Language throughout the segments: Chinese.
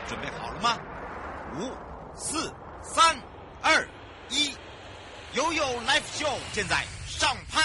准备好了吗？5、4、3、2、1，悠悠 Live Show 现在上拍。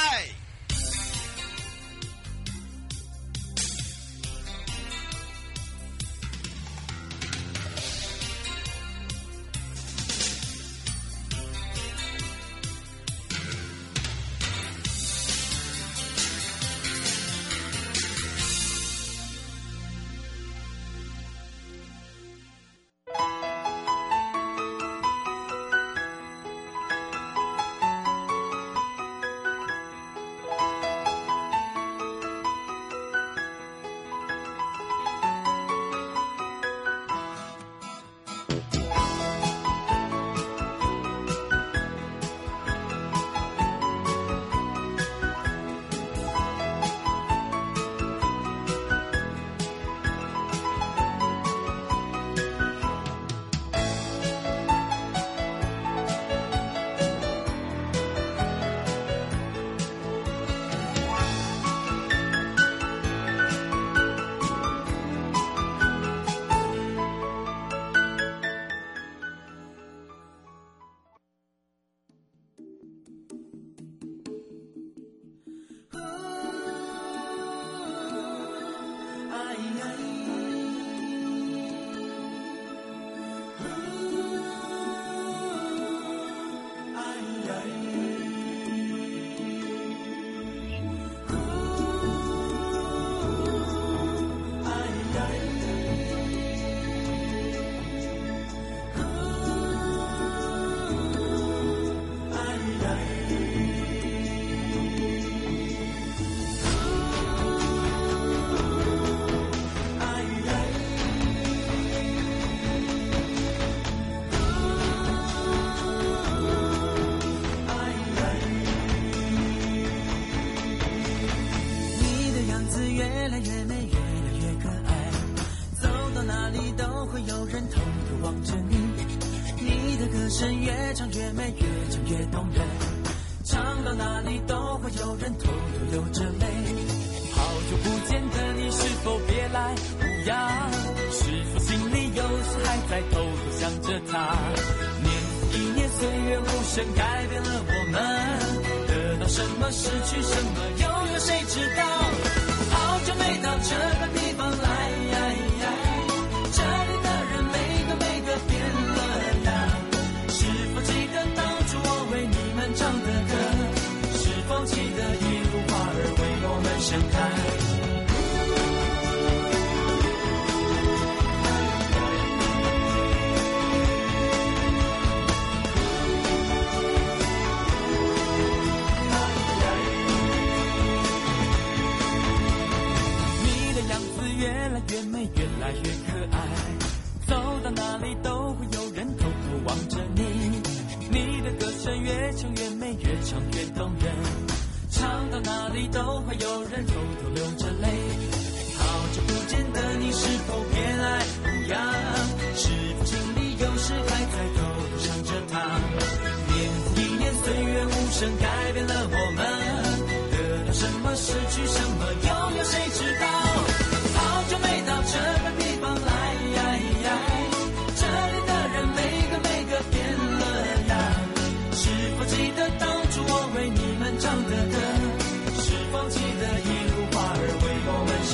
改变了我们，得到什么失去什么，又有谁知道？好久没到这个地方来，这里的人每个变了样。是否记得当初我为你们唱的歌？是否记得一路花儿为我们盛开？越美越来越可爱，走到哪里都会有人偷偷望着你。你的歌声越唱越美，越唱越动人，唱到哪里都会有人偷偷流着泪。好久不见的你，是否变来无恙？是否心里有时还在偷偷想着他？年复一年，岁月无声改变了我们，得到什么失去什么，又有谁知道？好久没到这个地方来，这里的人每个变了样。是否记得当初我为你们唱的歌？是否记得一路花儿为我们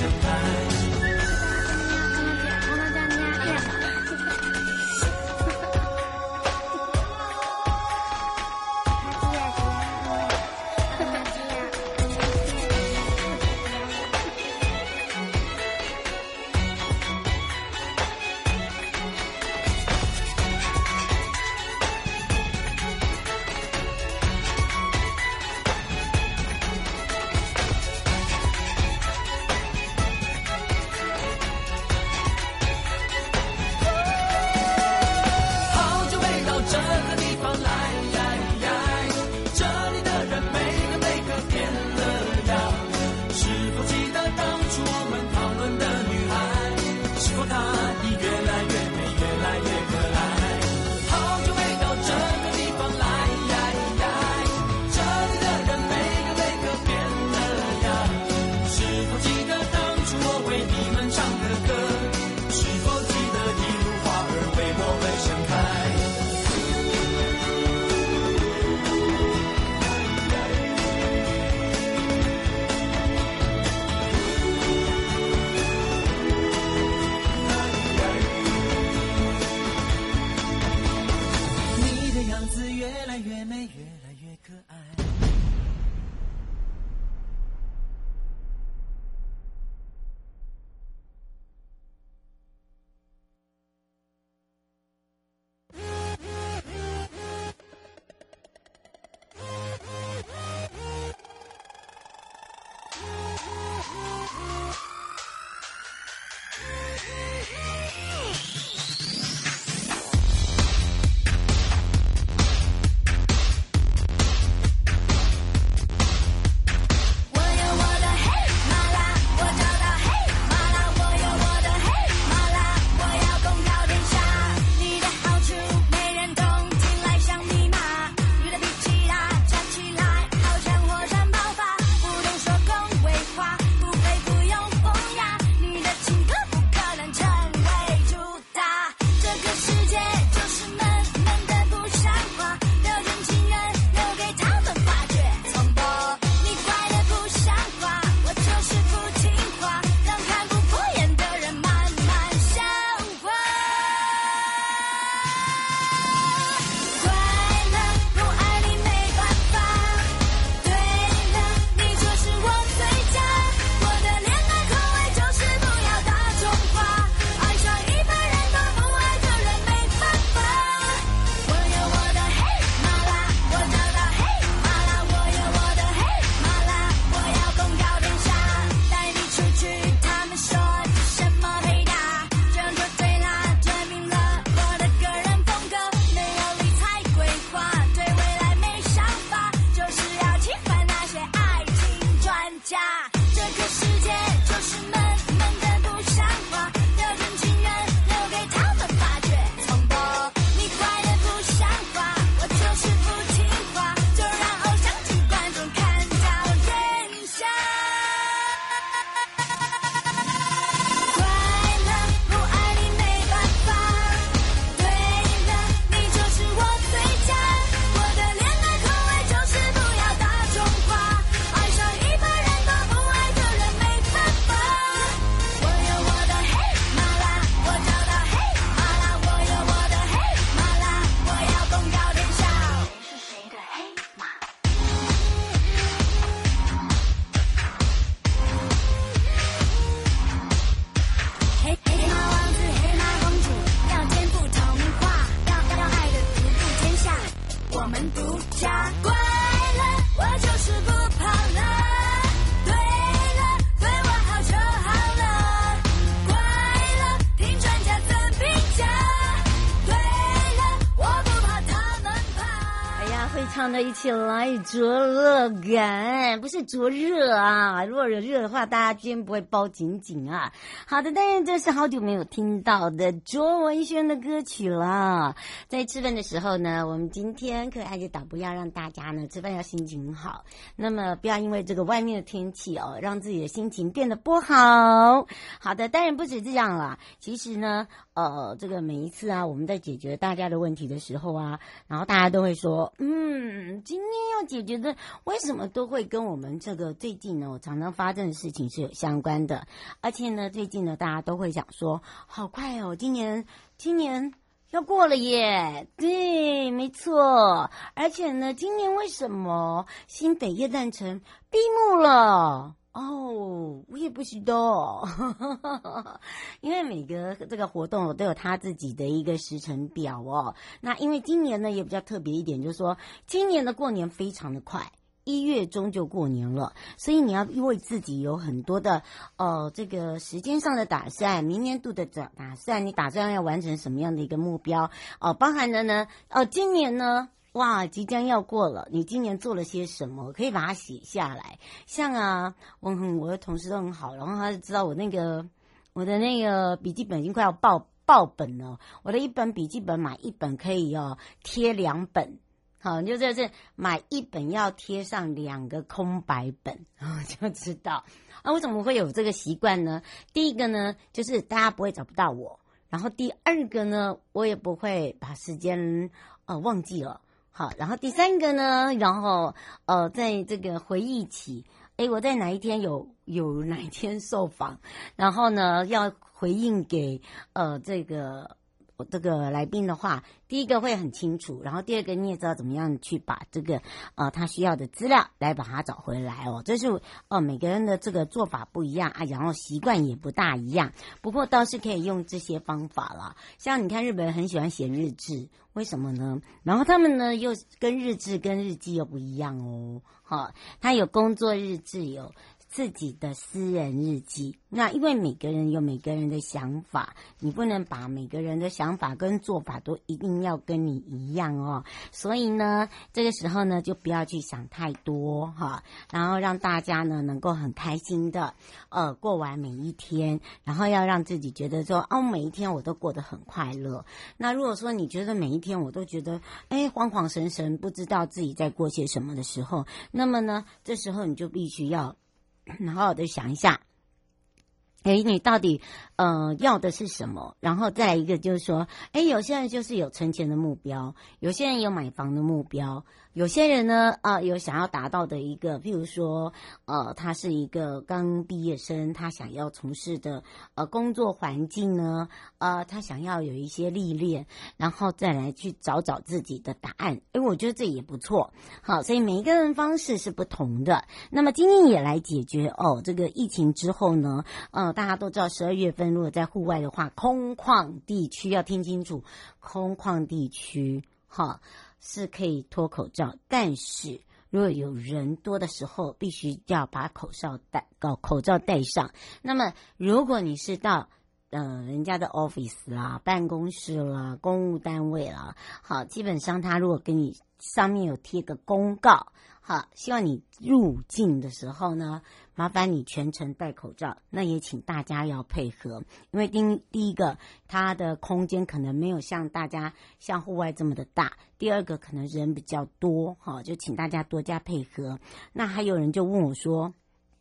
们度假。乖了，我就是不跑了。对了，对我好就好了。乖了，听专家怎评价。对了，我不怕他们怕。哎呀，会唱的一起来灼热感，不是灼热啊！如果有热的话，大家今天不会包紧紧啊。好的，但是这是好久没有听到的卓文萱的歌曲了。在吃饭的时候呢，我们今天可爱的导播要让大家呢吃饭要心情好，那么不要因为这个外面的天气哦，让自己的心情变得不好。好的，当然不止这样啦。其实呢，这个每一次啊，我们在解决大家的问题的时候啊，然后大家都会说，今天要解决的为什么都会跟我们这个最近呢常常发生的事情是有相关的，而且呢最近呢大家都会想说好快哦，今年要过了耶。对，没错，而且呢今年为什么新北耶诞城闭幕了哦，我也不知道因为每个这个活动都有他自己的一个时程表哦。那因为今年呢也比较特别一点，就是说今年的过年非常的快，1月中就过年了，所以你要为自己有很多的这个时间上的打算，明年度的打算，你打算要完成什么样的一个目标包含了呢今年呢哇，即将要过了，你今年做了些什么？可以把它写下来。像啊，我的同事都很好，然后他就知道我的那个笔记本已经快要爆本了。我的一本笔记本买一本可以贴2本。好，就是买一本要贴上2个空白本，就知道为什么会有这个习惯呢？第一个呢，就是大家不会找不到我，然后第二个呢，我也不会把时间忘记了。好，然后第三个呢，然后在这个回忆起，我在哪一天有哪一天受访，然后呢要回应给这个来宾的话，第一个会很清楚，然后第二个你也知道怎么样去把这个他需要的资料来把它找回来哦。这是每个人的这个做法不一样啊，然后习惯也不大一样，不过倒是可以用这些方法啦。像你看日本人很喜欢写日志，为什么呢？然后他们呢又跟日志跟日记又不一样哦。好，他有工作日志，有自己的私人日记。那因为每个人有每个人的想法，你不能把每个人的想法跟做法都一定要跟你一样哦。所以呢，这个时候呢就不要去想太多哈，然后让大家呢能够很开心的过完每一天，然后要让自己觉得说每一天我都过得很快乐。那如果说你觉得每一天我都觉得恍恍神神不知道自己在过些什么的时候，那么呢这时候你就必须要好好的想一下，你到底要的是什么？然后再来一个就是说，有些人就是有存钱的目标，有些人有买房的目标，有些人呢有想要达到的一个，譬如说他是一个刚毕业生，他想要从事的工作环境呢他想要有一些历练，然后再来去找自己的答案。我觉得这也不错。好，所以每一个人方式是不同的。那么今天也来解决这个疫情之后呢大家都知道12月份如果在户外的话，空旷地区要听清楚，空旷地区是可以脱口罩，但是如果有人多的时候，必须要把口罩戴上。那么如果你是到人家的 office 啦、办公室啦、公务单位啦，好，基本上他如果给你上面有贴个公告，好，希望你入境的时候呢，麻烦你全程戴口罩。那也请大家要配合，因为第一个，它的空间可能没有像户外这么的大；第二个，可能人比较多，就请大家多加配合。那还有人就问我说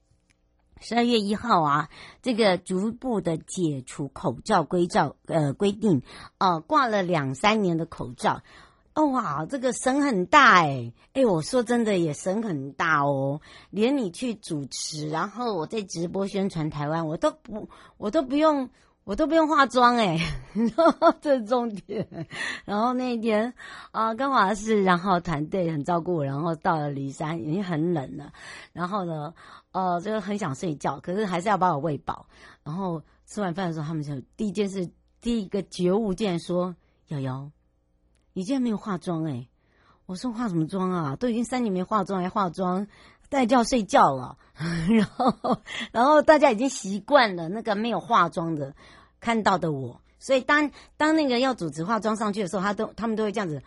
，12月1号啊，这个逐步的解除口罩规定，挂了2-3年的口罩。哇，这个神很大我说真的也神很大哦，连你去主持，然后我在直播宣传台湾，我都不用化妆这是重点。然后那一天跟华视，然后团队很照顾我，然后到了梨山已经很冷了，然后呢这个很想睡觉，可是还是要把我喂饱。然后吃完饭的时候，他们就第一个觉悟竟然说，瑶瑶你竟然没有化妆我说化什么妆啊？都已经3年没化妆，还化妆，大家就要睡觉了。然后大家已经习惯了那个没有化妆的看到的我，所以当那个要主持化妆上去的时候，他们都会这样子，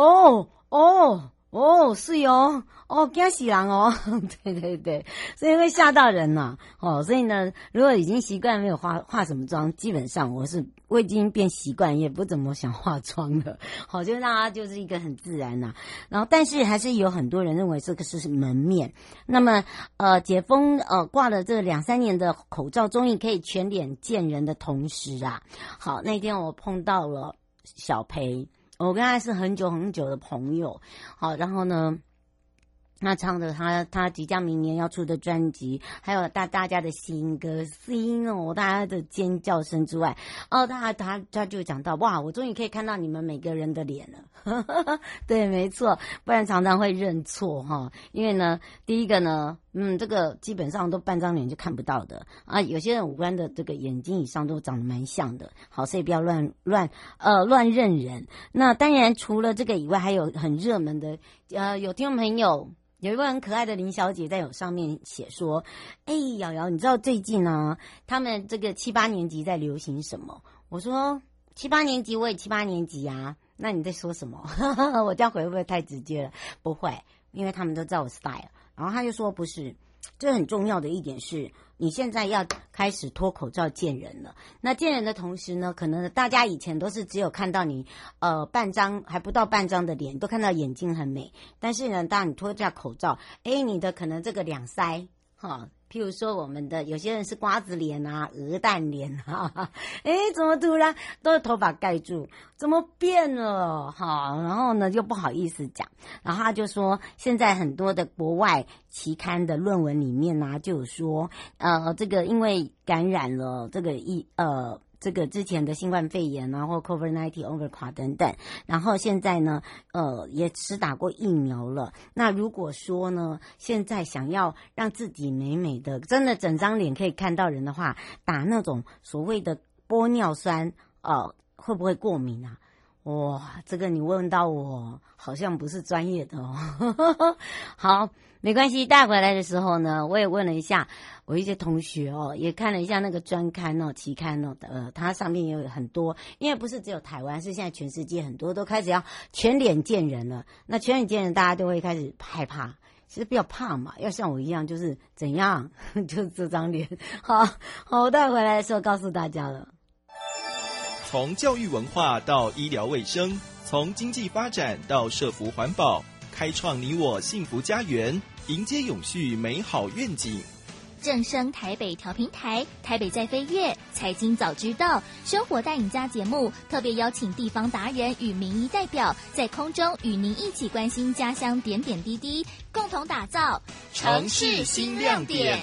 是哦，惊死人哦，对，所以会吓到人呐，所以呢，如果已经习惯没有化什么妆，基本上我已经变习惯，也不怎么想化妆了，就让它就是一个很自然呐。然后，但是还是有很多人认为这个是门面。那么，解封挂了这2-3年的口罩，终于可以全脸见人的同时啊，好，那天我碰到了小培。我跟他是很久很久的朋友，好，然后呢，他唱的他即将明年要出的专辑，还有大家的新歌，大家的尖叫声之外，他就讲到，哇，我终于可以看到你们每个人的脸了，对，没错，不然常常会认错哈，因为呢，第一个呢，这个基本上都半张脸就看不到的啊，有些人五官的这个眼睛以上都长得蛮像的，好，所以不要乱认人。那当然除了这个以外，还有很热门的，有听众朋友。有一位很可爱的林小姐在有上面写说，瑶瑶，你知道最近呢，他们这个7-8年级在流行什么？我说7-8年级我也7-8年级啊，那你在说什么？我这样回会不会太直接了？不会，因为他们都知道我 style。然后他就说不是，这很重要的一点是，你现在要开始脱口罩见人了。那见人的同时呢，可能大家以前都是只有看到你半张还不到半张的脸，都看到眼睛很美。但是呢，当你脱下口罩，你的可能这个两腮譬如说我们的有些人是瓜子脸啊、鹅蛋脸啊，怎么突然都是头发盖住，怎么变了然后呢又不好意思讲，然后他就说现在很多的国外期刊的论文里面啊，就有说这个因为感染了这个之前的新冠肺炎啊，或 COVID-19 Omicron 等等，然后现在呢，也施打过疫苗了。那如果说呢，现在想要让自己美美的，真的整张脸可以看到人的话，打那种所谓的玻尿酸，会不会过敏啊？哇，这个你问到我，好像不是专业的哦。好，没关系，带回来的时候呢，我也问了一下我一些同学也看了一下那个专刊期刊它上面也有很多，因为不是只有台湾，是现在全世界很多都开始要全脸见人了。那全脸见人，大家都会开始害怕。其实不要怕嘛，要像我一样，就是怎样，就是这张脸。好，我带回来的时候告诉大家了。 从教育文化到医疗卫生，从经济发展到社福环保，开创你我幸福家园，迎接永续美好愿景。 正声台北调频台，台北在飞跃，财经早知道，生活带领家节目特别邀请地方达人与民意代表，在空中与您一起关心家乡点点滴滴，共同打造城市新亮点。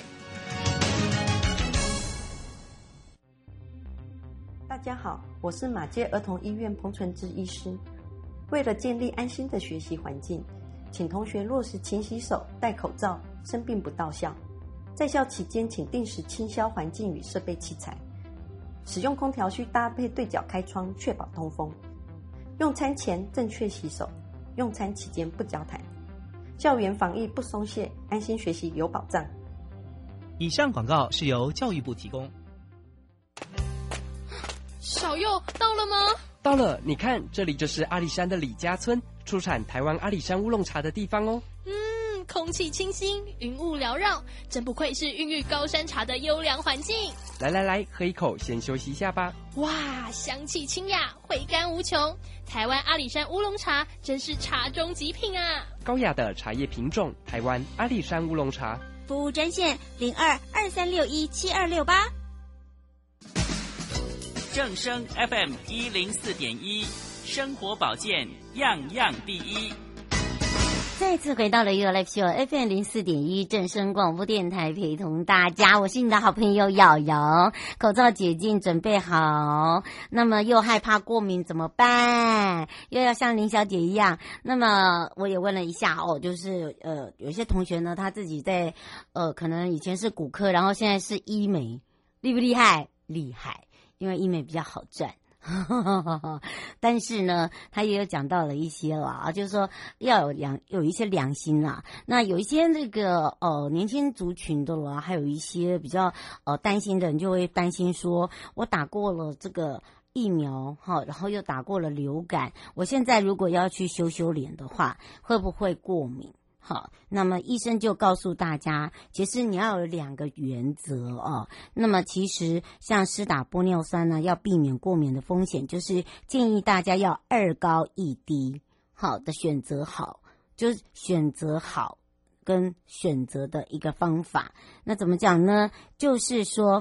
大家好，我是马偕儿童医院彭纯芝医师。为了建立安心的学习环境，请同学落实勤洗手、戴口罩，生病不到校。在校期间，请定时清消环境与设备器材。使用空调需搭配对角开窗，确保通风。用餐前正确洗手，用餐期间不交谈。校园防疫不松懈，安心学习有保障。 以上广告是由教育部提供。 小佑到了吗？ 到了，你看，这里就是阿里山的李家村，出产台湾阿里山乌龙茶的地方哦。 空气清新，云雾缭绕，真不愧是孕育高山茶的优良环境。 来，喝一口，先休息一下吧。 哇，香气清雅，回甘无穷。台湾阿里山乌龙茶真是茶中极品啊！ 高雅的茶叶品种，台湾阿里山乌龙茶。 服务专线02-2361-7268。 正声 FM 104.1，生活保健样样第一。 再次回到了一个 Live Show FM 04.1正声广播电台，陪同大家，我是你的好朋友瑶瑶。口罩解禁准备好，那么又害怕过敏怎么办？又要像林小姐一样，那么我也问了一下就是有些同学呢，他自己在可能以前是骨科，然后现在是医美，厉不厉害？厉害，因为医美比较好赚。 但是呢，他也有讲到了一些啦，就是说要有一些良心啦。那有一些这个年轻族群的啦，还有一些比较担心的人，就会担心说，我打过了这个疫苗哈，然后又打过了流感，我现在如果要去修脸的话，会不会过敏？好，那么医生就告诉大家，其实你要有2个原则哦。那么其实像施打玻尿酸呢，要避免过敏的风险，就是建议大家要2高1低，好的选择好，就是选择好跟选择的一个方法。那怎么讲呢？就是说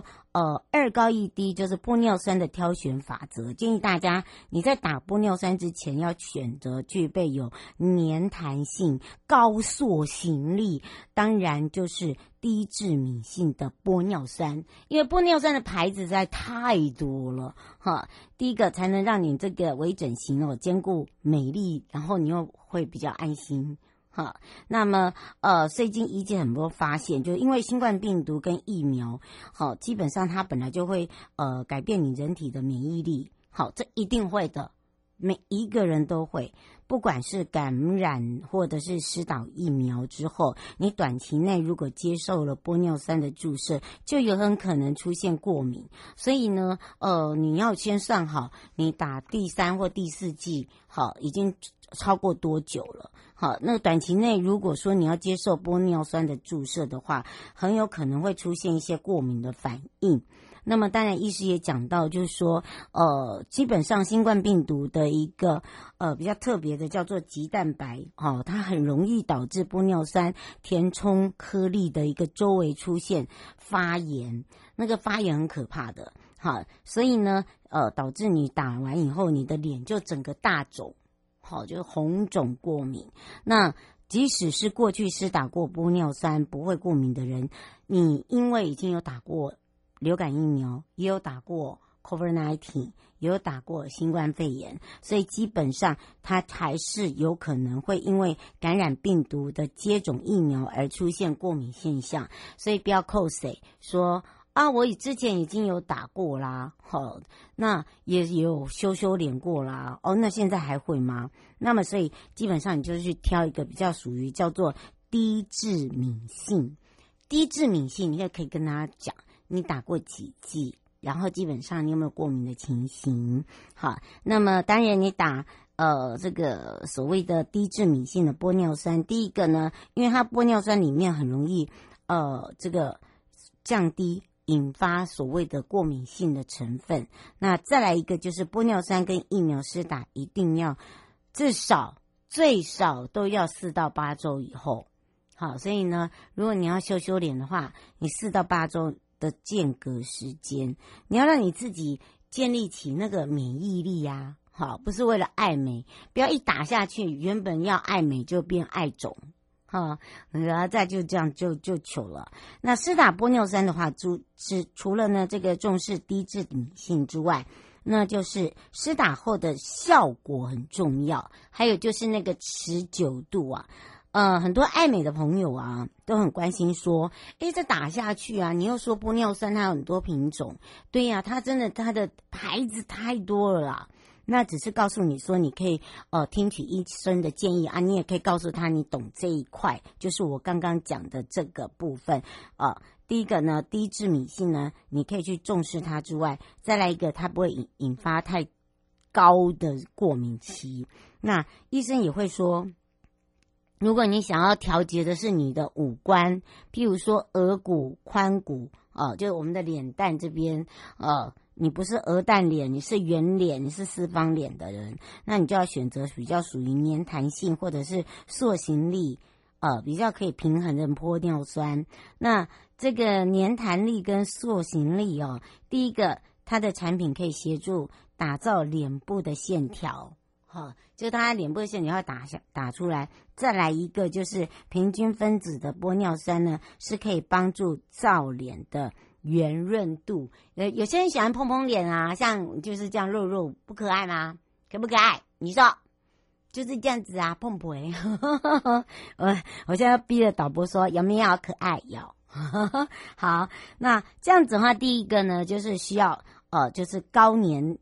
2高1低就是玻尿酸的挑选法则，建议大家你在打玻尿酸之前要选择具备有粘弹性、高塑形力，当然就是低致敏性的玻尿酸，因为玻尿酸的牌子实在太多了哈。第一个才能让你这个微整形兼顾美丽，然后你又会比较安心。好，那么最近医界很多发现，就因为新冠病毒跟疫苗，好，基本上它本来就会改变你人体的免疫力，好，这一定会的，每一个人都会，不管是感染或者是施打疫苗之后，你短期内如果接受了玻尿酸的注射，就有很可能出现过敏。所以呢，你要先算好，你打第3或第4剂，好，已经超过多久了？好，那短期内如果说你要接受玻尿酸的注射的话，很有可能会出现一些过敏的反应。那么当然医师也讲到，就是说基本上新冠病毒的一个比较特别的叫做棘蛋白，它很容易导致玻尿酸填充颗粒的一个周围出现发炎，那个发炎很可怕的。好，所以呢导致你打完以后你的脸就整个大肿，好，就是红肿过敏。那即使是过去施打过玻尿酸不会过敏的人，你因为已经有打过流感疫苗，也有打过 COVID-19， 也有打过新冠肺炎，所以基本上它还是有可能会因为感染病毒的接种疫苗而出现过敏现象。所以不要扣谁说啊，我之前已经有打过啦，那也有修脸过啦，那现在还会吗？那么所以基本上你就去挑一个比较属于叫做低致敏性。低致敏性你也可以跟他讲你打过几剂，然后基本上你有没有过敏的情形。好，那么当然你打这个所谓的低致敏性的玻尿酸，第一个呢，因为它玻尿酸里面很容易这个降低引发所谓的过敏性的成分。那再来一个就是玻尿酸跟疫苗施打一定要最少都要4到8周以后。好，所以呢，如果你要修脸的话，你4到8周的间隔时间，你要让你自己建立起那个免疫力啊。好，不是为了爱美，不要一打下去，原本要爱美就变爱肿。好，然后再就这样就糗了。那施打玻尿酸的话，除了呢这个重视低致敏性之外，那就是施打后的效果很重要，还有就是那个持久度啊。很多爱美的朋友啊都很关心说，这打下去啊，你又说玻尿酸它有很多品种，对呀，它真的它的牌子太多了啦。那只是告诉你说，你可以听取医生的建议啊，你也可以告诉他你懂这一块，就是我刚刚讲的这个部分第一个呢，低致敏性呢，你可以去重视它之外，再来一个，它不会引发太高的过敏期。那医生也会说，如果你想要调节的是你的五官，譬如说额骨、髋骨就是我们的脸蛋这边你不是鹅蛋脸，你是圆脸，你是四方脸的人，那你就要选择比较属于粘弹性或者是塑形力比较可以平衡的玻尿酸。那这个粘弹力跟塑形力第一个它的产品可以协助打造脸部的线条就它脸部的线条要打出来。再来一个就是平均分子的玻尿酸呢，是可以帮助造脸的圆润度。有些人喜欢碰碰脸啊，像就是这样肉肉，不可爱吗？可不可爱？你说就是这样子啊，碰不回我现在要逼着导播说有没有可爱？有好，那这样子的话，第一个呢就是需要就是高粘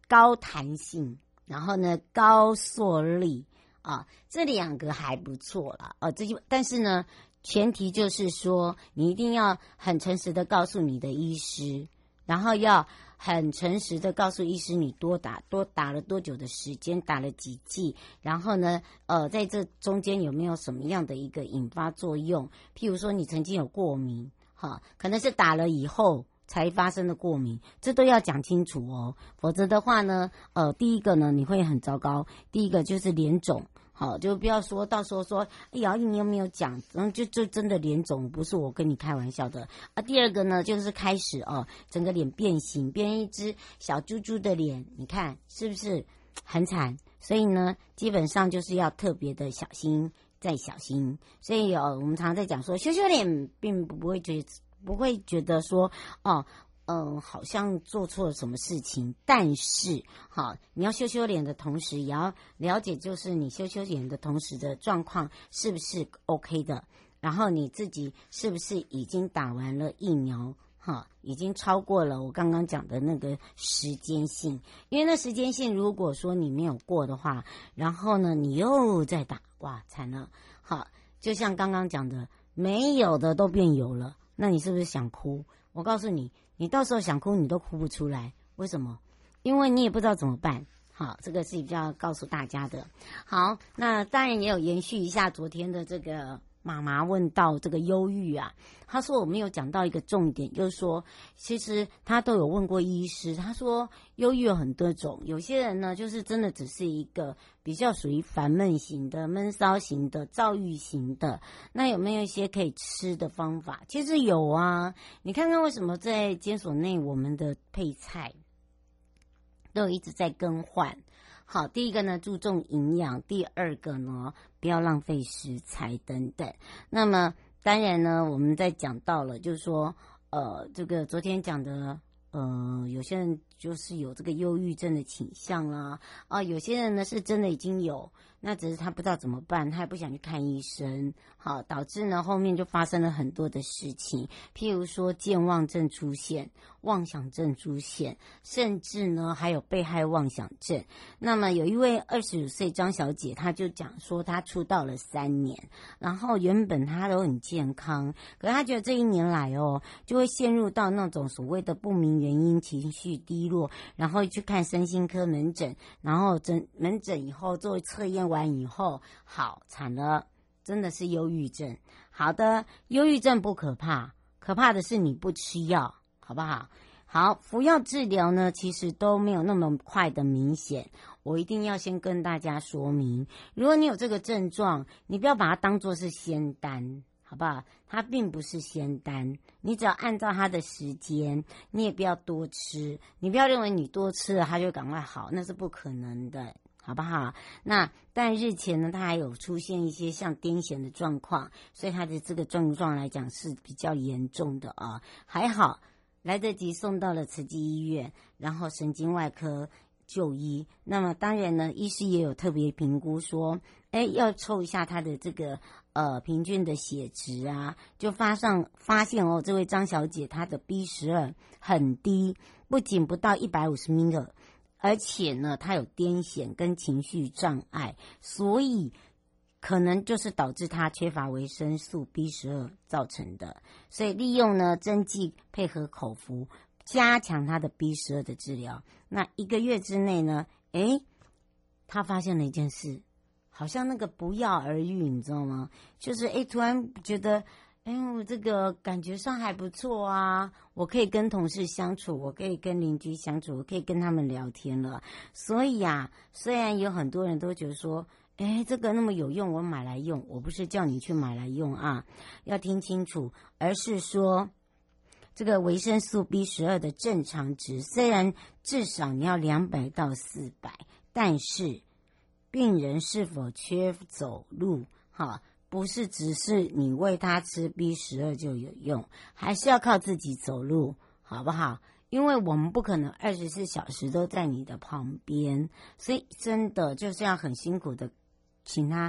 高弹性，然后呢高缩力啊，这2个还不错啦啊，但是呢前提就是说你一定要很诚实的告诉你的医师，然后要很诚实的告诉医师你多打了多久的时间，打了几剂，然后呢在这中间有没有什么样的一个引发作用，譬如说你曾经有过敏可能是打了以后才发生的过敏，这都要讲清楚哦，否则的话呢第一个呢你会很糟糕，第一个就是脸肿，好，就不要说到时候说哎呀你有没有讲，然后就真的脸肿，不是我跟你开玩笑的啊。第二个呢就是开始整个脸变形，变一只小猪猪的脸，你看是不是很惨？所以呢基本上就是要特别的小心再小心。所以我们常常在讲说羞羞脸并不会觉得说好像做错了什么事情，但是你要羞羞脸的同时，也要了解就是你羞羞脸的同时的状况是不是 OK 的，然后你自己是不是已经打完了疫苗，已经超过了我刚刚讲的那个时间性。因为那时间性如果说你没有过的话，然后呢你又再打，哇惨了。好，就像刚刚讲的，没有的都变有了，那你是不是想哭？我告诉你，你到时候想哭你都哭不出来，为什么？因为你也不知道怎么办。好，这个是比较告诉大家的。好，那当然也有延续一下昨天的这个妈妈问到这个忧郁啊，她说我们有讲到一个重点，就是说其实她都有问过医师，她说忧郁有很多种，有些人呢就是真的只是一个比较属于烦闷型的、闷骚型的、躁郁型的，那有没有一些可以吃的方法？其实有啊，你看看为什么在监所内我们的配菜都一直在更换。好，第一个呢注重营养，第二个呢不要浪费食材等等。那么当然呢我们在讲到了就是说这个昨天讲的有些人就是有这个忧郁症的倾向啦有些人呢是真的已经有，那只是他不知道怎么办，他也不想去看医生，好，导致呢后面就发生了很多的事情，譬如说健忘症出现，妄想症出现，甚至呢还有被害妄想症。那么有一位25岁张小姐，她就讲说她出道了3年，然后原本她都很健康，可是她觉得这1年来就会陷入到那种所谓的不明原因情绪低落，然后去看身心科门诊，然后门诊以后做测验完以后，好惨了，真的是忧郁症。好的，忧郁症不可怕，可怕的是你不吃药，好不好？好，服药治疗呢其实都没有那么快的明显，我一定要先跟大家说明，如果你有这个症状，你不要把它当作是仙丹，好不好？它并不是仙丹，你只要按照它的时间，你也不要多吃，你不要认为你多吃了它就赶快好，那是不可能的，好不好？那但日前呢，他还有出现一些像癫痫的状况，所以他的这个症状来讲是比较严重的啊。还好来得及送到了慈济医院，然后神经外科就医。那么当然呢，医师也有特别评估说，要抽一下他的这个平均的血值啊，就发现这位张小姐她的 B12 很低，不仅不到150 mg，而且呢，她有癫痫跟情绪障碍，所以可能就是导致她缺乏维生素 B12 造成的。所以利用呢针剂配合口服，加强她的 B12 的治疗。那1个月之内呢，她发现了一件事，好像那个不药而愈，你知道吗？就是突然觉得我这个感觉上还不错啊，我可以跟同事相处，我可以跟邻居相处，我可以跟他们聊天了。所以虽然有很多人都觉得说这个那么有用，我买来用，我不是叫你去买来用啊，要听清楚，而是说这个维生素 B12 的正常值虽然至少你要200到400，但是病人是否缺走路不是只是你喂他吃 B12 就有用，还是要靠自己走路，好不好？因为我们不可能24小时都在你的旁边，所以真的就是要很辛苦的请他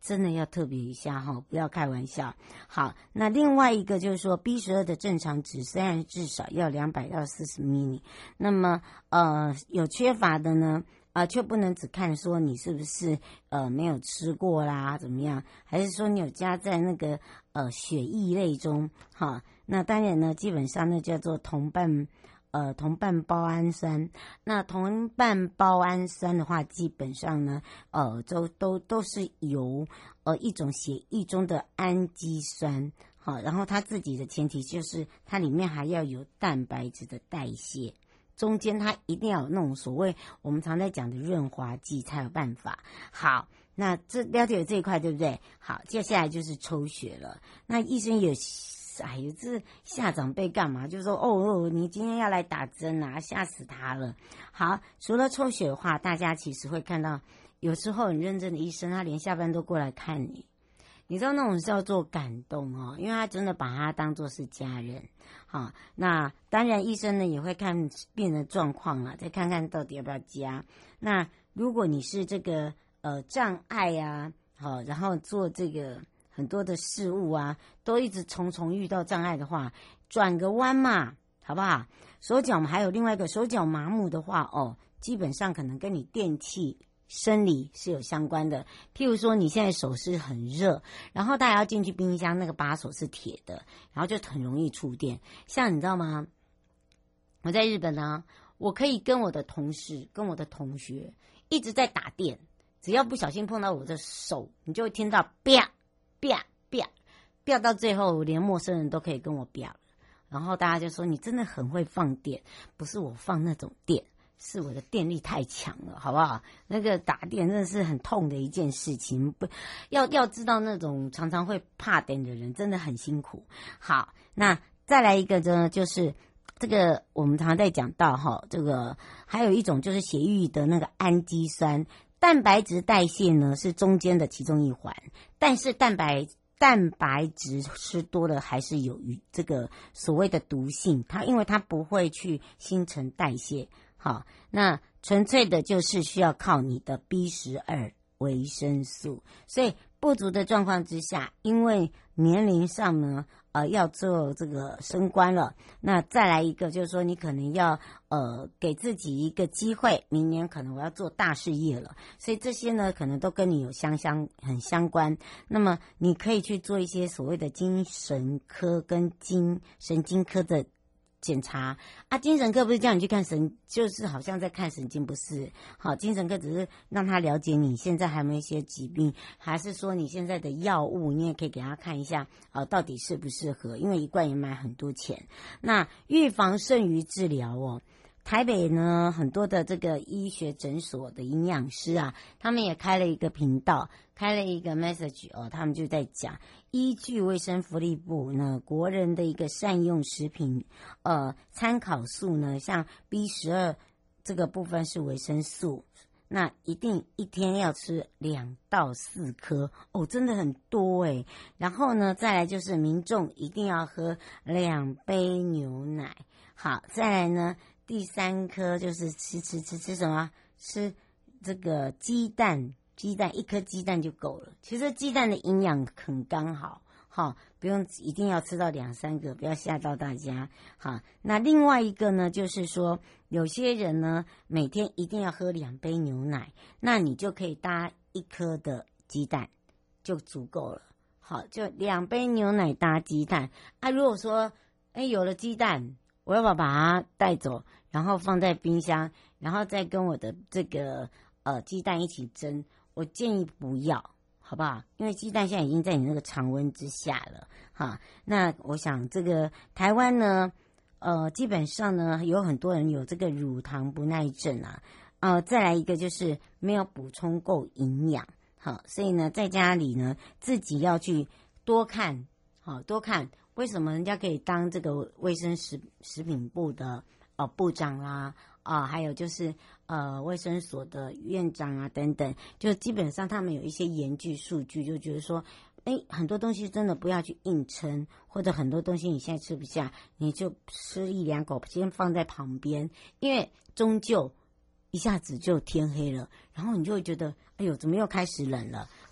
真的要特别一下哈，不要开玩笑。好，那另外一个就是说 B12 的正常值虽然至少要200到40 ml， 那么有缺乏的呢却不能只看说你是不是没有吃过啦怎么样，还是说你有加在那个血液类中哈。那当然呢，基本上呢叫做同伴胞氨酸。那同伴胞氨酸的话，基本上呢，都是由一种血液中的氨基酸，好，然后它自己的前提就是它里面还要有蛋白质的代谢，中间它一定要有那种所谓我们常在讲的润滑剂才有办法。好，那这了解这一块对不对？好，接下来就是抽血了。那医生有。哎呦，这吓长辈干嘛？就说你今天要来打针啊，吓死他了。好，除了抽血的话，大家其实会看到，有时候很认真的医生，他连下班都过来看你。你知道那种叫做感动哦，因为他真的把他当作是家人。好，那当然医生呢也会看病人的状况啦，再看看到底要不要加。那如果你是这个障碍啊，好，然后做这个。很多的事物啊，都一直重重遇到障碍的话，转个弯嘛，好不好？手脚还有另外一个手脚麻木的话，基本上可能跟你电器生理是有相关的。譬如说，你现在手是很热，然后大家要进去冰箱，那个把手是铁的，然后就很容易触电。像你知道吗？我在日本啊，我可以跟我的同事、跟我的同学一直在打电，只要不小心碰到我的手，你就会听到啪。啪到最后连陌生人都可以跟我啪了，然后大家就说你真的很会放电，不是我放那种电，是我的电力太强了，好不好？那个打电真的是很痛的一件事情，不要知道那种常常会怕电的人真的很辛苦。好，那再来一个呢，就是这个我们常常在讲到这个还有一种就是血液的那个氨基酸。蛋白质代谢呢是中间的其中一环，但是蛋白质吃多了还是有这个所谓的毒性，因为它不会去新陈代谢。好，那纯粹的就是需要靠你的 B12 维生素，所以不足的状况之下，因为年龄上呢要做这个升官了，那再来一个就是说你可能要给自己一个机会，明年可能我要做大事业了，所以这些呢可能都跟你有很相关。那么你可以去做一些所谓的精神科跟神经科的检查啊，精神科不是叫你去看就是好像在看神经，不是。好，精神科只是让他了解你现在还有没有一些疾病，还是说你现在的药物，你也可以给他看一下到底适不适合，因为一罐也买很多钱。那预防胜于治疗台北呢很多的这个医学诊所的营养师啊，他们也开了一个频道，开了一个 message 他们就在讲，依据卫生福利部呢国人的一个善用食品参考素呢，像 B12 这个部分是维生素，那一定一天要吃2到4颗真的很多耶。然后呢再来就是民众一定要喝2杯牛奶。好，再来呢第3颗就是吃什么？吃这个鸡蛋1颗鸡蛋就够了。其实鸡蛋的营养很刚好，不用一定要吃到2-3个，不要吓到大家。好，那另外一个呢，就是说有些人呢每天一定要喝2杯牛奶，那你就可以搭1颗的鸡蛋就足够了。好，就2杯牛奶搭鸡蛋啊。如果说有了鸡蛋，我要把它带走，然后放在冰箱，然后再跟我的这个鸡蛋一起蒸，我建议不要，好不好？因为鸡蛋现在已经在你那个常温之下了。哈，那我想这个台湾呢基本上呢有很多人有这个乳糖不耐症再来一个就是没有补充够营养。好，所以呢在家里呢自己要去多看为什么人家可以当这个卫生食品部的部长啦还有就是卫生所的院长啊等等，就基本上他们有一些研究数据，就觉得说很多东西真的不要去硬撑，或者很多东西你现在吃不下，你就吃1-2口先放在旁边，因为终究一下子就天黑了，然后你就会觉得哎呦怎么又开始冷了，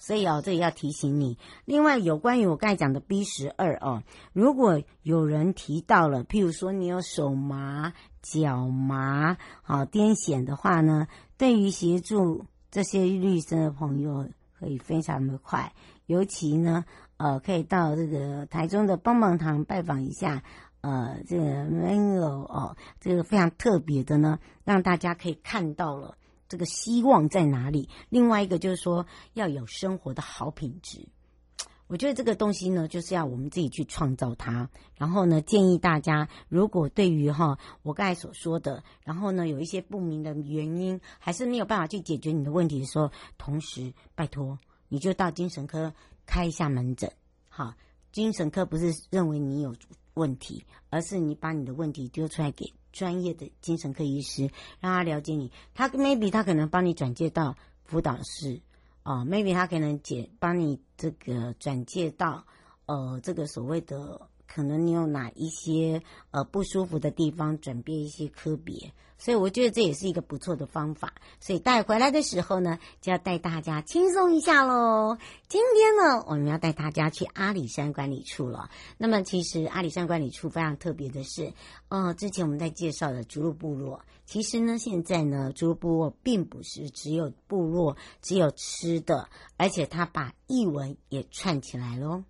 所以这也要提醒你。另外，有关于我刚才讲的 B12如果有人提到了，譬如说你有手麻、脚麻、癫痫的话呢，对于协助这些绿生的朋友可以非常的快，尤其呢可以到这个台中的棒棒堂拜访一下。这个 Mango 这个非常特别的呢，让大家可以看到了这个希望在哪里。另外一个就是说要有生活的好品质，我觉得这个东西呢，就是要我们自己去创造它。然后呢，建议大家，如果对于我刚才所说的，然后呢有一些不明的原因，还是没有办法去解决你的问题的时候，同时拜托你就到精神科开一下门诊。好，精神科不是认为你有问题，而是你把你的问题丢出来给专业的精神科医师，让他了解你。他 maybe 他可能帮你转介到辅导室maybe 他可能帮你这个转介到这个所谓的可能你有哪一些不舒服的地方，转变一些科别。所以我觉得这也是一个不错的方法。所以带回来的时候呢，就要带大家轻松一下咯。今天呢，我们要带大家去阿里山管理处了。那么其实阿里山管理处非常特别的是之前我们在介绍的逐鹿部落，其实呢现在呢逐鹿部落并不是只有部落只有吃的，而且它把艺文也串起来咯。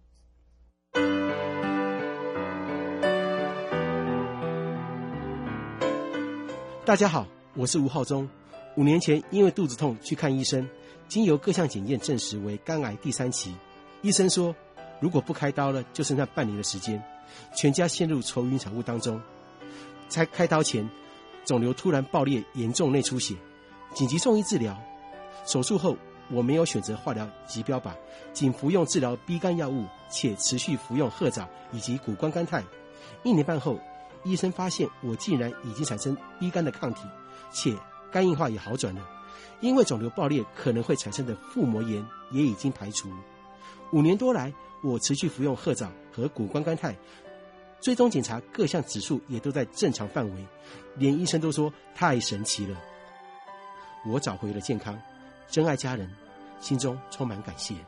大家好，我是吴浩中。5年前因为肚子痛去看医生，经由各项检验证实为肝癌第3期。医生说如果不开刀了，就剩下半年的时间，全家陷入愁云惨雾当中。在开刀前，肿瘤突然爆裂，严重内出血，紧急送医治疗。手术后，我没有选择化疗及标靶，仅服用治疗 B 肝药物，且持续服用褐藻以及谷胱甘肽。1年半后，医生发现我竟然已经产生 B 肝的抗体，且肝硬化也好转了。因为肿瘤爆裂可能会产生的腹膜炎也已经排除。5年多来，我持续服用褐藻和谷胱甘肽，追踪检查各项指数也都在正常范围，连医生都说太神奇了。我找回了健康，真爱家人，心中充满感谢。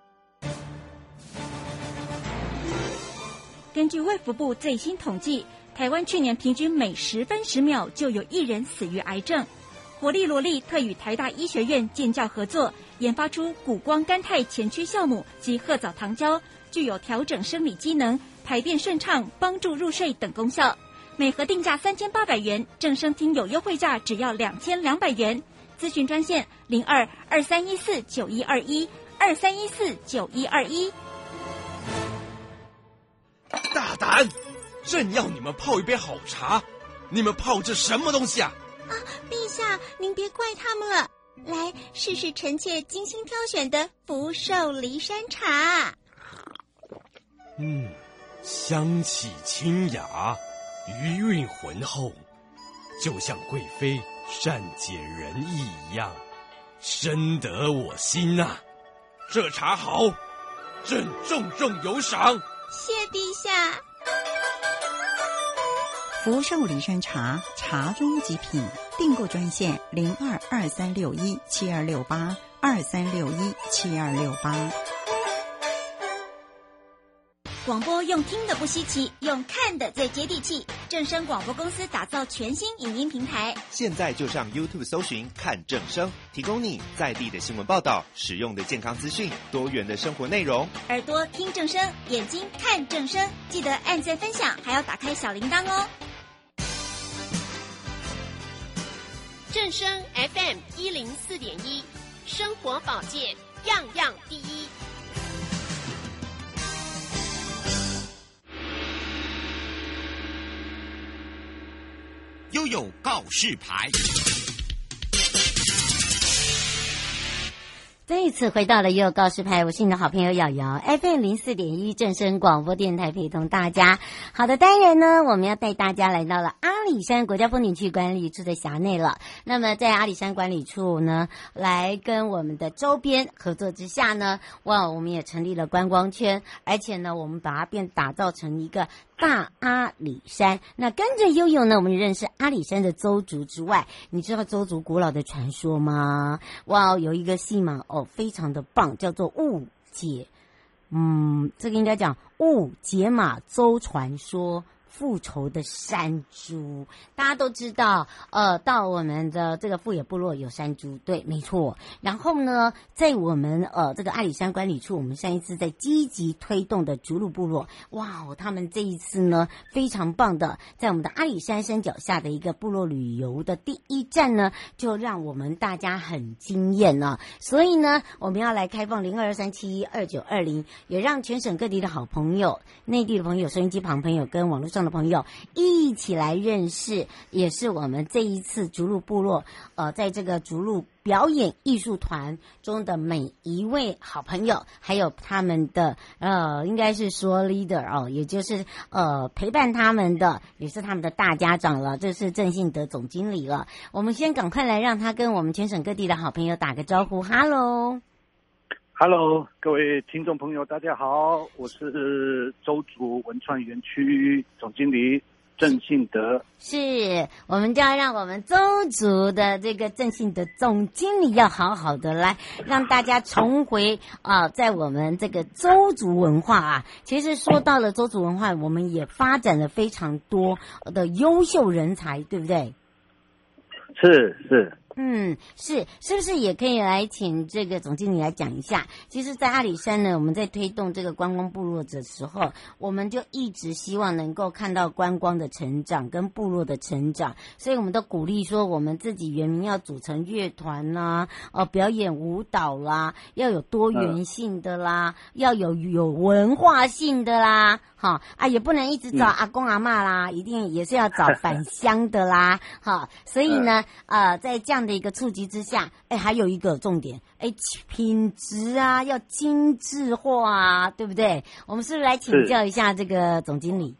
根据卫福部最新统计，台湾去年平均每10分10秒就有1人死于癌症。活力罗力特与台大医学院建教合作，研发出谷胱甘肽前驱酵母及褐藻糖胶，具有调整生理机能、排便顺畅、帮助入睡等功效。每盒定价3800元，正声听友优惠价只要2200元。咨询专线02-2314-9121，2314-9121。 大胆！朕要你们泡一杯好茶，你们泡这什么东西啊？ 陛下，您别怪他们了。来，试试臣妾精心挑选的福寿梨山茶。 香气清雅，余韵浑厚，就像贵妃善解人意一样，深得我心啊！这茶好，朕重重有赏。 谢陛下。 福寿梨山茶，茶中极品。订购专线02-2361-7268，2361-7268。 广播用听的不稀奇，用看的最接地气。正声广播公司打造全新影音平台， 现在就上 YouTube 搜寻看正声，提供你在地的新闻报道、实用的健康资讯、多元的生活内容。 耳朵听正声，眼睛看正声，记得按赞分享，还要打开小铃铛哦。 正声 FM 104.1，生活保健样样第一。 悠悠告示牌。 这一次回到了悠悠告示牌，我是你的好朋友瑶瑶 FM 04.1正声广播电台，陪同大家。好的，当然呢，我们要带大家来到了阿里山国家风景区管理处的辖内了。那么在阿里山管理处呢，来跟我们的周边合作之下呢，我们也成立了观光圈，而且呢，我们把它打造成一个大阿里山。那跟着悠悠呢，我们认识阿里山的邹族之外，你知道邹族古老的传说吗？哇，有一个戏码非常的棒，叫做雾解。这个应该讲雾解码邹传说。复仇的山猪，大家都知道，到我们的这个富野部落有山猪，对，没错。然后呢，在我们这个阿里山管理处，我们上一次在积极推动的竹鹿部落，哇，他们这一次呢非常棒的，在我们的阿里山山脚下的一个部落旅游的第一站呢，就让我们大家很惊艳了。所以呢，我们要来开放0223712920，也让全省各地的好朋友、内地的朋友、收音机旁朋友跟网络上的朋友一起来认识，也是我们这一次竹鹿部落在这个竹鹿表演艺术团中的每一位好朋友，还有他们的应该是说 leader 也就是陪伴他们的，也是他们的大家长了，这是郑信德总经理了。我们先赶快来让他跟我们全省各地的好朋友打个招呼。 Hello， 各位听众朋友大家好，我是邹族文创园区总经理郑信德。 是，我们就要让我们邹族的这个郑信德总经理要好好的来让大家重回在我们这个邹族文化其实说到了邹族文化，我们也发展了非常多的优秀人才，对不对？ 是是不是也可以来请这个总经理来讲一下？其实在阿里山呢，我们在推动这个观光部落的时候，我们就一直希望能够看到观光的成长跟部落的成长，所以我们都鼓励说我们自己原民要组成乐团啦，表演舞蹈啦，要有多元性的啦，要有文化性的啦，也不能一直找阿公阿嬷啦，一定也是要找返乡的啦，所以呢在这样的一个触及之下，还有一个重点，品质要精致化对不对？我们是不是来请教一下这个总经理？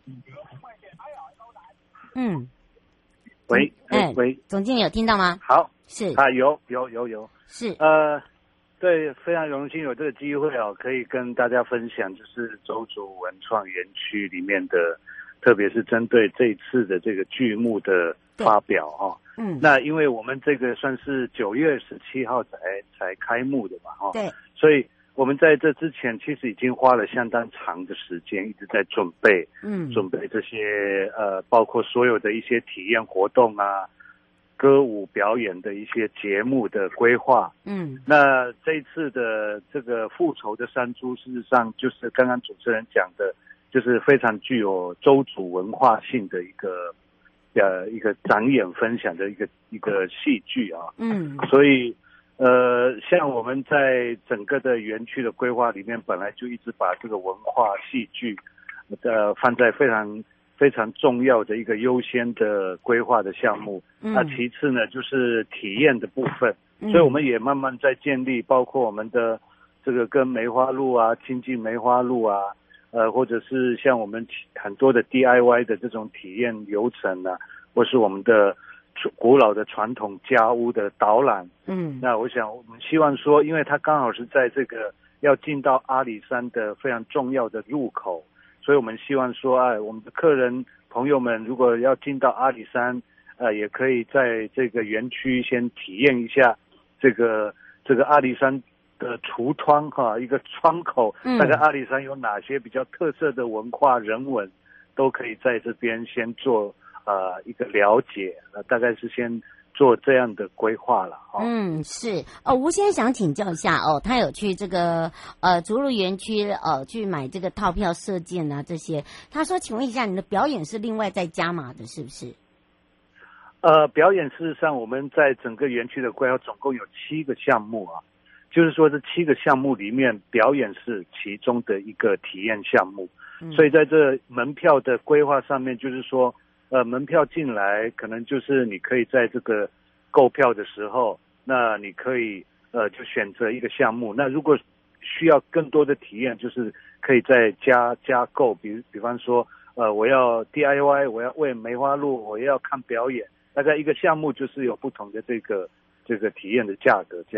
喂， 总经理有听到吗？ 好， 是有， 是对，非常荣幸有这个机会可以跟大家分享，就是邹族文创园区里面的，特别是针对这一次的这个剧目的发表那因为我们这个算是9月17号才开幕的嘛对， 所以我们在这之前其实已经花了相当长的时间一直在准备这些包括所有的一些体验活动歌舞表演的一些节目的规划那这一次的这个复仇的山猪，事实上就是刚刚主持人讲的，就是非常具有邹族文化性的一个展演分享的一个戏剧所以像我们在整个的园区的规划里面，本来就一直把这个文化戏剧放在非常非常重要的一个优先的规划的项目其次呢就是体验的部分所以我们也慢慢在建立，包括我们的这个跟梅花鹿亲近梅花鹿或者是像我们很多的 DIY 的这种体验流程或是我们的古老的传统家屋的导览那我想我们希望说，因为它刚好是在这个要进到阿里山的非常重要的入口，所以我们希望说我们的客人朋友们如果要进到阿里山也可以在这个园区先体验一下这个阿里山的橱窗一个窗口大概阿里山有哪些比较特色的文化人文都可以在这边先做一个了解大概是先做这样的规划了是吴先生想请教一下他有去这个竹鹿园区去买这个套票射箭这些，他说请问一下你的表演是另外再加码的是不是？ 表演事实上我们在整个园区的规划总共有7个项目就是说这7个项目里面表演是其中的一个体验项目所以在这门票的规划上面就是说门票进来可能就是你可以在这个购票的时候，那你可以就选择一个项目，那如果需要更多的体验就是可以再加购，比方说我要 DIY， 我要喂梅花鹿，我要看表演，大概一个项目就是有不同的这个体验的价格这样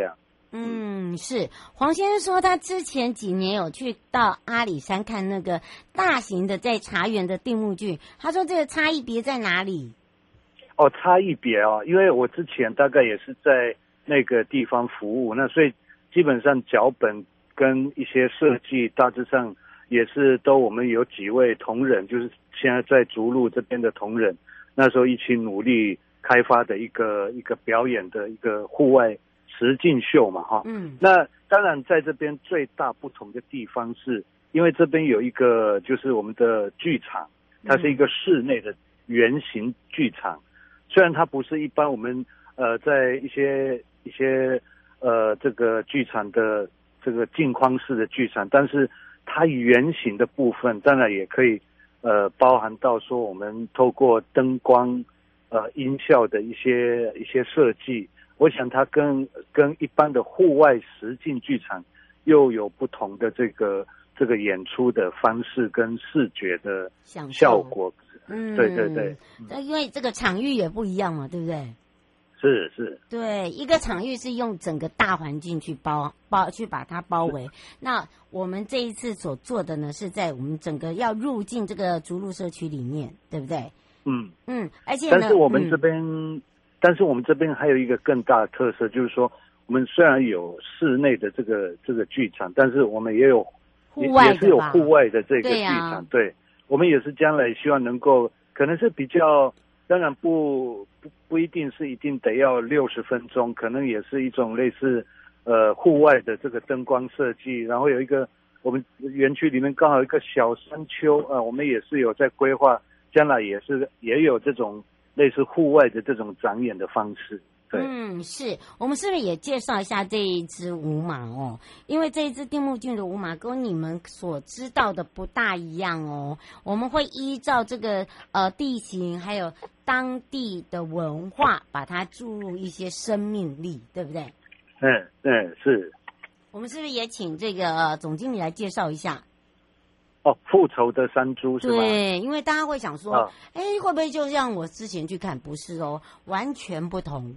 是黄先生说他之前几年有去到阿里山看那个大型的在茶园的定目剧，他说这个差异别在哪里？ 差异别因为我之前大概也是在那个地方服务，那所以基本上脚本跟一些设计大致上也是都我们有几位同仁，就是现在在竹鹿这边的同仁，那时候一起努力开发的一个表演的一个户外实境秀嘛那当然在这边最大不同的地方是因为这边有一个就是我们的剧场，它是一个室内的圆形剧场，虽然它不是一般我们在一些这个剧场的这个镜框式的剧场，但是它圆形的部分当然也可以包含到说我们透过灯光音效的一些设计，我想它跟一般的户外实境剧场又有不同的这个演出的方式跟视觉的效果。对对对， 因为这个场域也不一样嘛，对不对？ 是， 对，一个场域是用整个大环境去去把它包围。那我们这一次所做的呢，是在我们整个要入境这个竹鹿社区里面，对不对？而且呢， 但是我们这边还有一个更大的特色，就是说我们虽然有室内的这个剧场，但是我们也有也是有户外的这个剧场。对，我们也是将来希望能够，可能是比较，当然不一定是一定得要60分钟，可能也是一种类似户外的这个灯光设计，然后有一个我们园区里面刚好有一个小山丘我们也是有在规划，将来也有这种类似户外的这种展演的方式。对， 是我们是不是也介绍一下这一只舞马因为这一只定目剧的舞马跟你们所知道的不大一样我们会依照这个地形还有当地的文化，把它注入一些生命力，对不对？ 是。 我们是不是也请这个总经理来介绍一下？ 复仇的山猪是吧？ 对，因为大家会想说，会不会就像我之前去看？不是完全不同。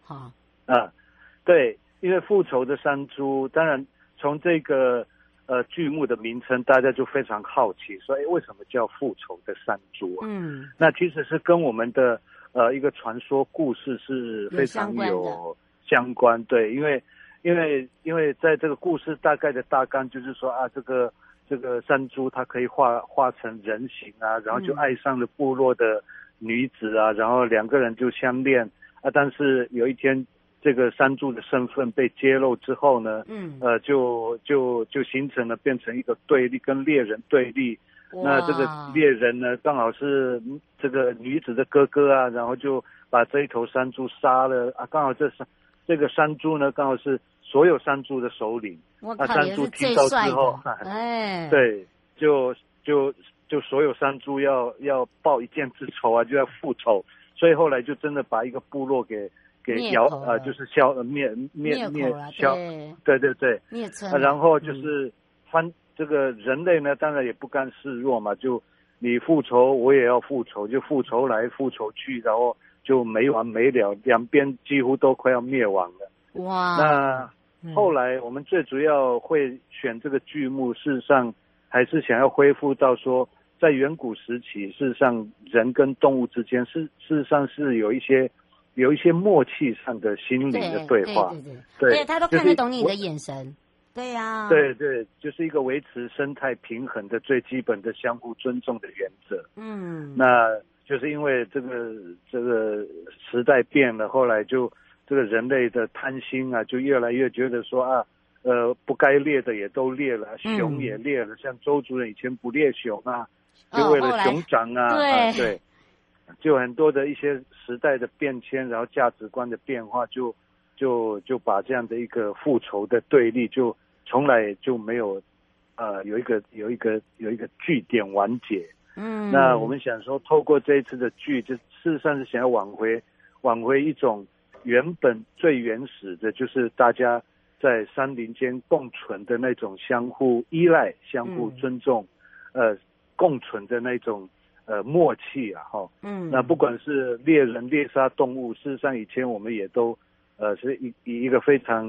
对，因为复仇的山猪，当然从这个剧目的名称，大家就非常好奇，说为什么叫复仇的山猪啊？那其实是跟我们的一个传说故事是非常有相关。对，因为在这个故事大概的大纲就是说这个山猪它可以化成人形然后就爱上了部落的女子然后两个人就相恋但是有一天这个山猪的身份被揭露之后呢就形成了变成一个对立，跟猎人对立。那这个猎人呢刚好是这个女子的哥哥然后就把这一头山猪杀了刚好这个山猪呢刚好是所有山猪的首领。山猪听到之后对，就所有山猪要报一箭之仇就要复仇，所以后来就真的把一个部落给就是灭消，对灭村然后就是这个人类呢当然也不甘示弱嘛，就你复仇我也要复仇，就复仇来复仇去，然后就没完没了，两边几乎都快要灭亡了。那后来我们最主要会选这个剧目，事实上还是想要恢复到说在远古时期，事实上人跟动物之间事实上是有一些默契上的心灵的对话。 对，他都看得懂你的眼神。对呀， 对，就是一个维持生态平衡的最基本的相互尊重的原则。那就是因为这个时代变了，后来就这个人类的贪心就越来越觉得说不该猎的也都猎了，熊也猎了，像周族人以前不猎熊就为了熊掌对，就很多的一些时代的变迁，然后价值观的变化，就把这样的一个复仇的对立就从来就没有有一个据点完结。那我们想说透过这一次的剧，就事实上是想要挽回一种原本最原始的，就是大家在山林间共存的那种相互依赖、相互尊重、共存的那种默契那不管是猎人猎杀动物，事实上以前我们也都是以一个非常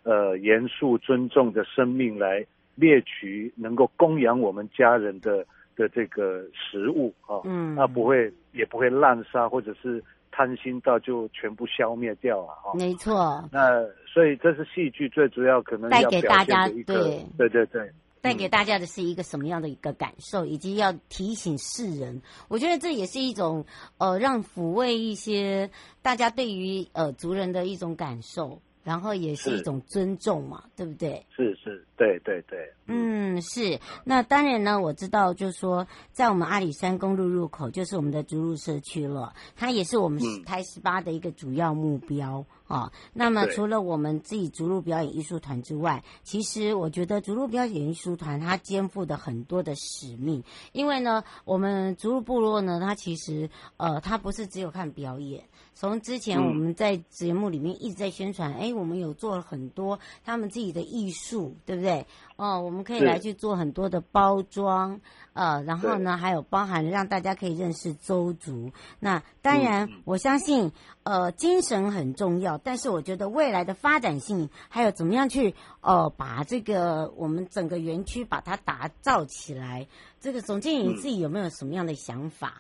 严肃尊重的生命来猎取能够供养我们家人的这个食物啊，那也不会滥杀或者是贪心到就全部消灭掉啊。 没错。 那所以这是戏剧最主要可能要带给大家表现的一个，对。 带给大家的是一个什么样的一个感受，以及要提醒世人，我觉得这也是一种让抚慰一些大家对于族人的一种感受，然后也是一种尊重嘛，对不对？ 是，对。 是。那当然呢，我知道就是说，在我们阿里山公路入口就是我们的竹鹿社区了，它也是我们台18的一个主要目标啊。那么除了我们自己竹鹿表演艺术团之外，其实我觉得竹鹿表演艺术团它肩负的很多的使命，因为呢，我们竹鹿部落呢，它其实它不是只有看表演。从之前我们在节目里面一直在宣传，我们有做了很多他们自己的艺术，对不对？我们可以来去做很多的包装，然后呢，还有包含让大家可以认识邹族。那当然，我相信，精神很重要，但是我觉得未来的发展性，还有怎么样去，把这个我们整个园区把它打造起来，这个总经理你自己有没有什么样的想法？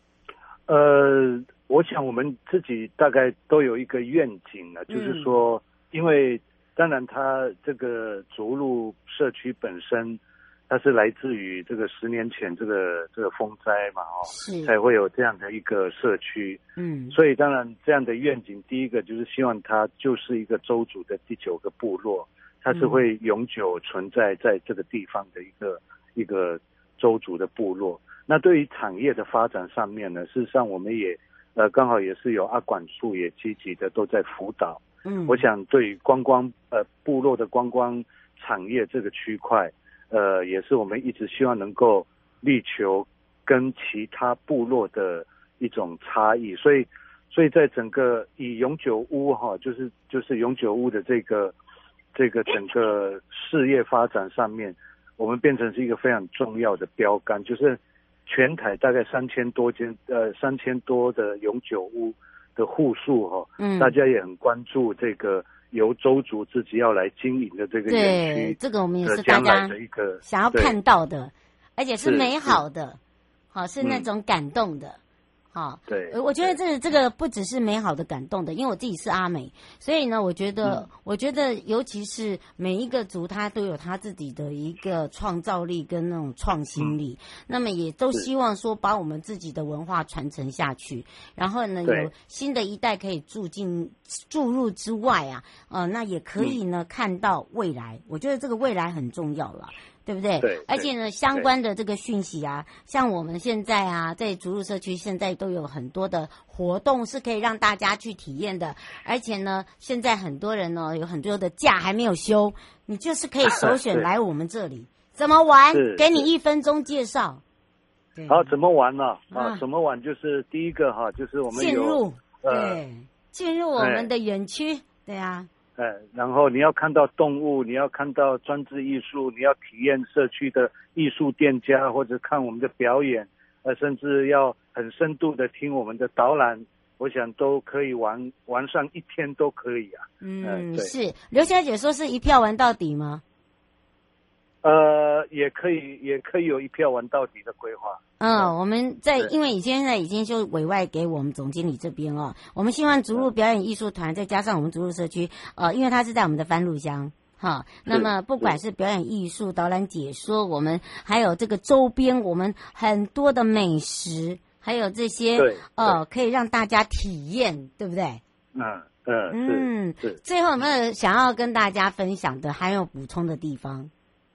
我想我们自己大概都有一个愿景了，就是说，因为当然它这个竹鹿社区本身，它是来自于这个10年前这个风灾嘛，才会有这样的一个社区。所以当然这样的愿景，第一个就是希望它就是一个邹族的第9个部落，它是会永久存在在这个地方的一个邹族的部落。那对于产业的发展上面呢，事实上我们也刚好也是有阿管处也积极的都在辅导。我想对于部落的观光产业这个区块，也是我们一直希望能够力求跟其他部落的一种差异。所以在整个以永久屋就是永久屋的这个整个事业发展上面，我们变成是一个非常重要的标杆，就是全台大概3000多的永久屋的户数大家也很关注这个由邹族自己要来经营的这个园区， 这个我们也是大家想要看到的，而且是美好的，是那种感动的。 对， 我觉得这个不只是美好的感动的，因为我自己是阿美，所以呢，我觉得尤其是每一个族，他都有他自己的一个创造力跟那种创新力，那么也都希望说把我们自己的文化传承下去，然后呢，有新的一代可以注入之外那也可以呢看到未来，我觉得这个未来很重要了。对不对？ 对， 而且呢，相关的这个讯息像我们现在在竹鹿社区现在都有很多的活动是可以让大家去体验的，而且呢，现在很多人呢有很多的假还没有休，你就是可以首选来我们这里。怎么玩？给你1分钟介绍。 好，怎么玩呢？怎么玩？就是第一个就是我们进入我们的园区，对啊。 然后你要看到动物，你要看到装置艺术，你要体验社区的艺术店家，或者看我们的表演，甚至要很深度的听我们的导览，我想都可以玩上1天都可以啊。 是刘小姐说是一票玩到底吗？ 也可以有一票玩到底的规划。 我们因为现在已经就委外给我们总经理这边我们希望竹鹿表演艺术团再加上我们竹鹿社区，因为它是在我们的番路乡那么不管是表演艺术、导览解说，我们还有这个周边，我们很多的美食，还有这些可以让大家体验，对不对？ 是。 最后有没有想要跟大家分享的，还有补充的地方？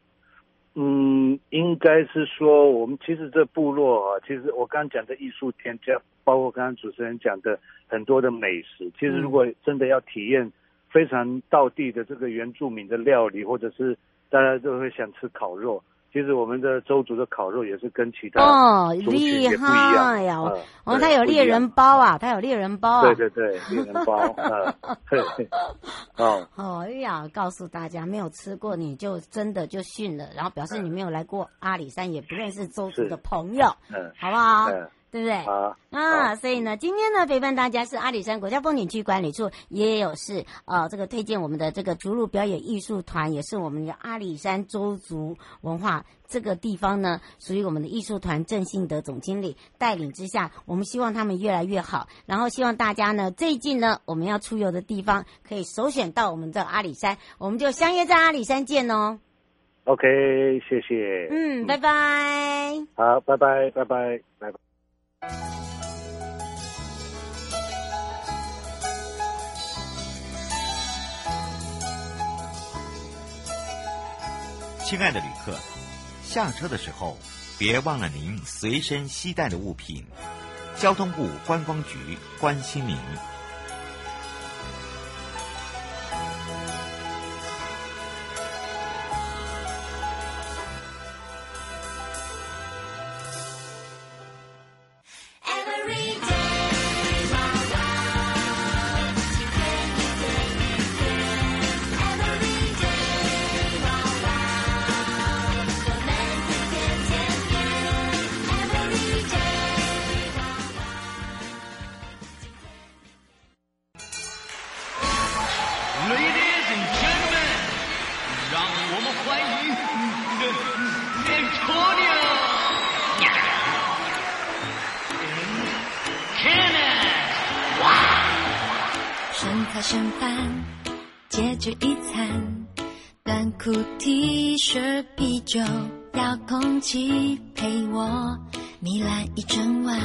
应该是说，我们其实这部落其实我刚刚讲的艺术添加，包括刚刚主持人讲的很多的美食，其实如果真的要体验非常道地的这个原住民的料理，或者是大家都会想吃烤肉，其实我们的邹族的烤肉也是跟其他族群也不一样呀。它有猎人包它有猎人包对，猎人包告诉大家没有吃过你就真的就训了，然后表示你没有来过阿里山，也不认识邹族的朋友，好不好？ 对不对？ 啊， 所以呢，今天呢陪伴大家是阿里山国家风景区管理处，也有是这个推荐我们的这个竹鹿表演艺术团，也是我们的阿里山邹族文化这个地方呢，属于我们的艺术团郑信德总经理带领之下，我们希望他们越来越好，然后希望大家呢最近呢我们要出游的地方可以首选到我们这阿里山，我们就相约在阿里山见哦。 OK， 谢谢。 拜拜。 好，拜拜，拜拜，拜拜。 亲爱的旅客，下车的时候别忘了您随身携带的物品。交通部观光局关心您。 剩菜剩饭，解决一餐，短裤 T 恤啤酒，遥控器陪我糜烂一整晚。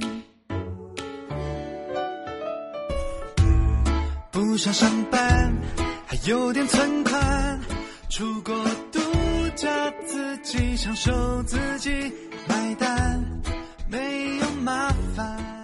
不想上班，还有点存款，出国度假自己享受自己买单，没有麻烦。